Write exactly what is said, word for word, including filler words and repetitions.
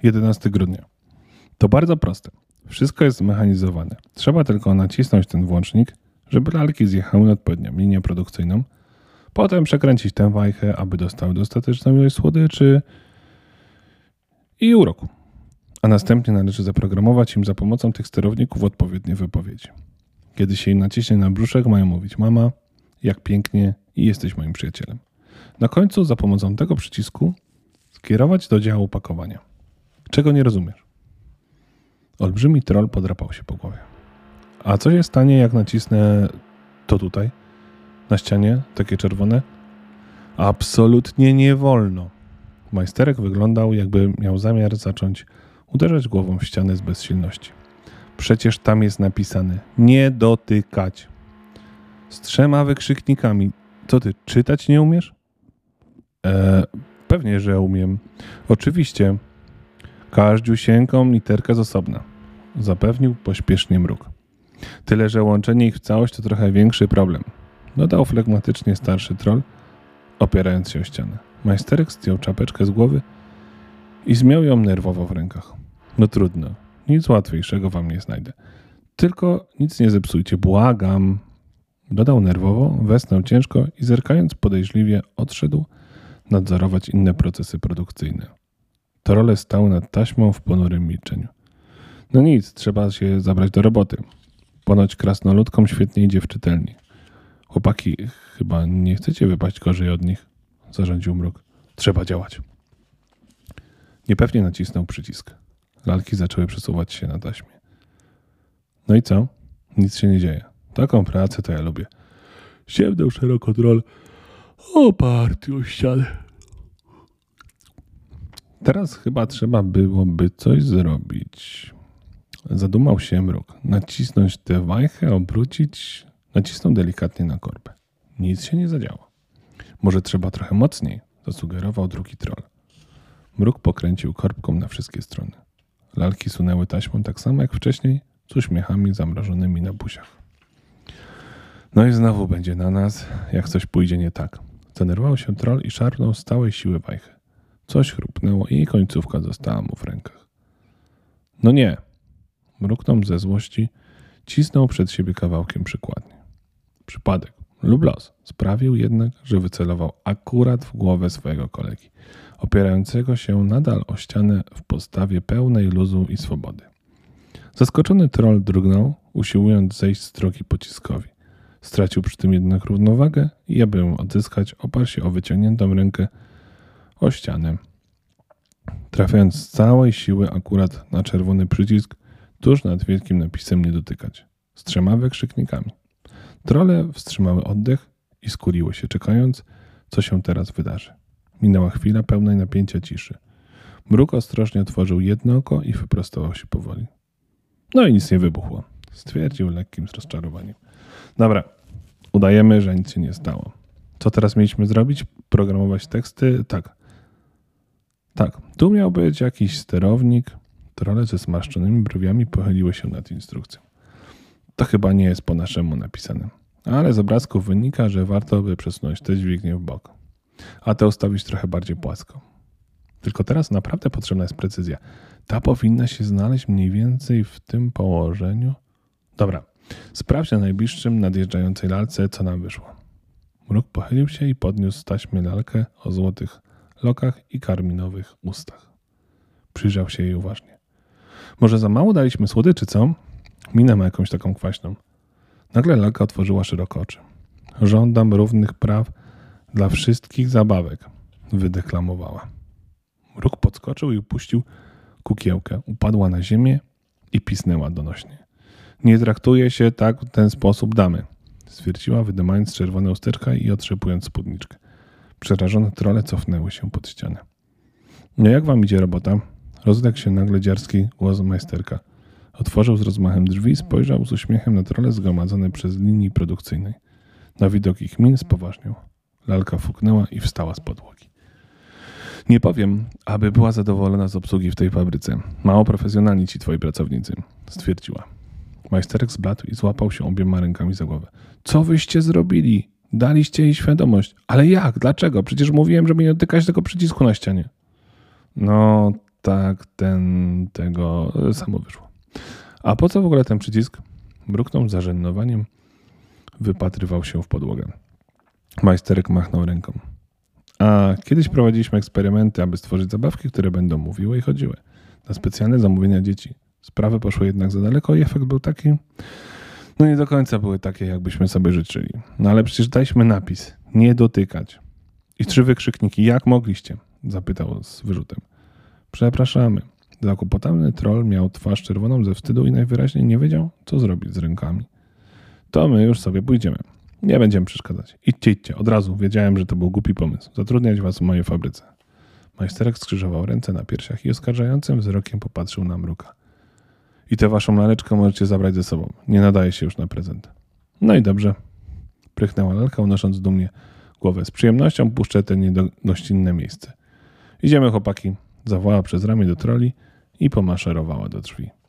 jedenastego grudnia. To bardzo proste. Wszystko jest zmechanizowane. Trzeba tylko nacisnąć ten włącznik, żeby lalki zjechały na odpowiednią linię produkcyjną. Potem przekręcić tę wajchę, aby dostały dostateczną ilość słodyczy i uroku. A następnie należy zaprogramować im za pomocą tych sterowników odpowiednie wypowiedzi. Kiedy się im naciśnie na brzuszek, mają mówić: mama, jak pięknie i jesteś moim przyjacielem. Na końcu za pomocą tego przycisku skierować do działu pakowania. Czego nie rozumiesz? Olbrzymi troll podrapał się po głowie. A co się stanie, jak nacisnę to tutaj, na ścianie, takie czerwone? Absolutnie nie wolno. Majsterek wyglądał, jakby miał zamiar zacząć uderzać głową w ścianę z bezsilności. Przecież tam jest napisane: nie dotykać. Z trzema wykrzyknikami. Co ty, czytać nie umiesz? Eee, pewnie, że umiem. Oczywiście. Każdziusieńką literkę z osobna. Zapewnił pośpiesznie Mruk. Tyle, że łączenie ich w całość to trochę większy problem. Dodał flegmatycznie starszy troll, opierając się o ścianę. Majsterek zdjął czapeczkę z głowy i zmiał ją nerwowo w rękach. No trudno. Nic łatwiejszego wam nie znajdę. Tylko nic nie zepsujcie, błagam. Dodał nerwowo, westchnął ciężko i zerkając podejrzliwie odszedł nadzorować inne procesy produkcyjne. Trolle stały nad taśmą w ponurym milczeniu. No nic, trzeba się zabrać do roboty. Ponoć krasnoludkom świetnie idzie w czytelni. Chłopaki, chyba nie chcecie wypaść gorzej od nich, zarządził Mruk. Trzeba działać. Niepewnie nacisnął przycisk. Lalki zaczęły przesuwać się na taśmie. No i co? Nic się nie dzieje. Taką pracę to ja lubię. Sięgnął szeroko troll, oparty o ścianę. Teraz chyba trzeba byłoby coś zrobić. Zadumał się Mruk. Nacisnąć tę wajchę, obrócić. Nacisnął delikatnie na korbę. Nic się nie zadziało. Może trzeba trochę mocniej, zasugerował drugi troll. Mruk pokręcił korbką na wszystkie strony. Lalki sunęły taśmą tak samo jak wcześniej, z uśmiechami zamrożonymi na buziach. No i znowu będzie na nas, jak coś pójdzie nie tak. Zdenerwował się troll i szarpnął z całej siły wajchę. Coś chrupnęło i końcówka została mu w rękach. No nie. Mruknął ze złości, cisnął przed siebie kawałkiem przykładnie. Przypadek lub los sprawił jednak, że wycelował akurat w głowę swojego kolegi, opierającego się nadal o ścianę w postawie pełnej luzu i swobody. Zaskoczony troll drgnął, usiłując zejść z drogi pociskowi. Stracił przy tym jednak równowagę i aby ją odzyskać, oparł się o wyciągniętą rękę o ścianę, trafiając z całej siły akurat na czerwony przycisk tuż nad wielkim napisem nie dotykać, z trzema wykrzyknikami. Trolle wstrzymały oddech i skuliły się, czekając, co się teraz wydarzy. Minęła chwila pełnej napięcia ciszy. Mruk ostrożnie otworzył jedno oko i wyprostował się powoli. No i nic nie wybuchło, stwierdził lekkim rozczarowaniem. Dobra, udajemy, że nic się nie stało. Co teraz mieliśmy zrobić? Programować teksty? Tak. Tak, tu miał być jakiś sterownik. Trolle ze zmarszczonymi brwiami pochyliły się nad instrukcją. To chyba nie jest po naszemu napisane. Ale z obrazków wynika, że warto by przesunąć tę dźwignię w bok. A tę ustawić trochę bardziej płasko. Tylko teraz naprawdę potrzebna jest precyzja. Ta powinna się znaleźć mniej więcej w tym położeniu. Dobra, sprawdź na najbliższym nadjeżdżającej lalce, co nam wyszło. Mruk pochylił się i podniósł z taśmy lalkę o złotych lokach i karminowych ustach. Przyjrzał się jej uważnie. Może za mało daliśmy słodyczy, co? Minę ma jakąś taką kwaśną. Nagle lalka otworzyła szeroko oczy. Żądam równych praw dla wszystkich zabawek, wydeklamowała. Mruk podskoczył i upuścił kukiełkę. Upadła na ziemię i pisnęła donośnie. Nie traktuje się tak w ten sposób damy, stwierdziła, wydymając czerwone usteczka i otrzepując spódniczkę. Przerażone trolle cofnęły się pod ścianę. No jak wam idzie robota? Rozległ się nagle dziarski głos majsterka. Otworzył z rozmachem drzwi i spojrzał z uśmiechem na trolle zgromadzone przez linii produkcyjnej. Na widok ich min spoważniał. Lalka fuknęła i wstała z podłogi. Nie powiem, aby była zadowolona z obsługi w tej fabryce. Mało profesjonalni ci twoi pracownicy, stwierdziła. Majsterek zbladł i złapał się obiema rękami za głowę. Co wyście zrobili? Daliście jej świadomość. Ale jak? Dlaczego? Przecież mówiłem, żeby nie dotykać tego przycisku na ścianie. No, tak ten, tego samo wyszło. A po co w ogóle ten przycisk? Mruknął z zażenowaniem, wypatrywał się w podłogę. Majsterek machnął ręką. A kiedyś prowadziliśmy eksperymenty, aby stworzyć zabawki, które będą mówiły i chodziły. Na specjalne zamówienia dzieci. Sprawy poszły jednak za daleko i efekt był taki... No nie do końca były takie, jakbyśmy sobie życzyli. No ale przecież daliśmy napis. Nie dotykać. I trzy wykrzykniki. Jak mogliście? Zapytał z wyrzutem. Przepraszamy. Zakłopotany troll miał twarz czerwoną ze wstydu i najwyraźniej nie wiedział, co zrobić z rękami. To my już sobie pójdziemy. Nie będziemy przeszkadzać. Idźcie, idźcie. Od razu wiedziałem, że to był głupi pomysł. Zatrudniać was w mojej fabryce. Majsterek skrzyżował ręce na piersiach i oskarżającym wzrokiem popatrzył na Mruka. I tę waszą laleczkę możecie zabrać ze sobą. Nie nadaje się już na prezent. No i dobrze. Prychnęła lalka, unosząc dumnie głowę. Z przyjemnością puszczę te niedogościnne miejsce. Idziemy, chłopaki. Zawołała przez ramię do troli i pomaszerowała do drzwi.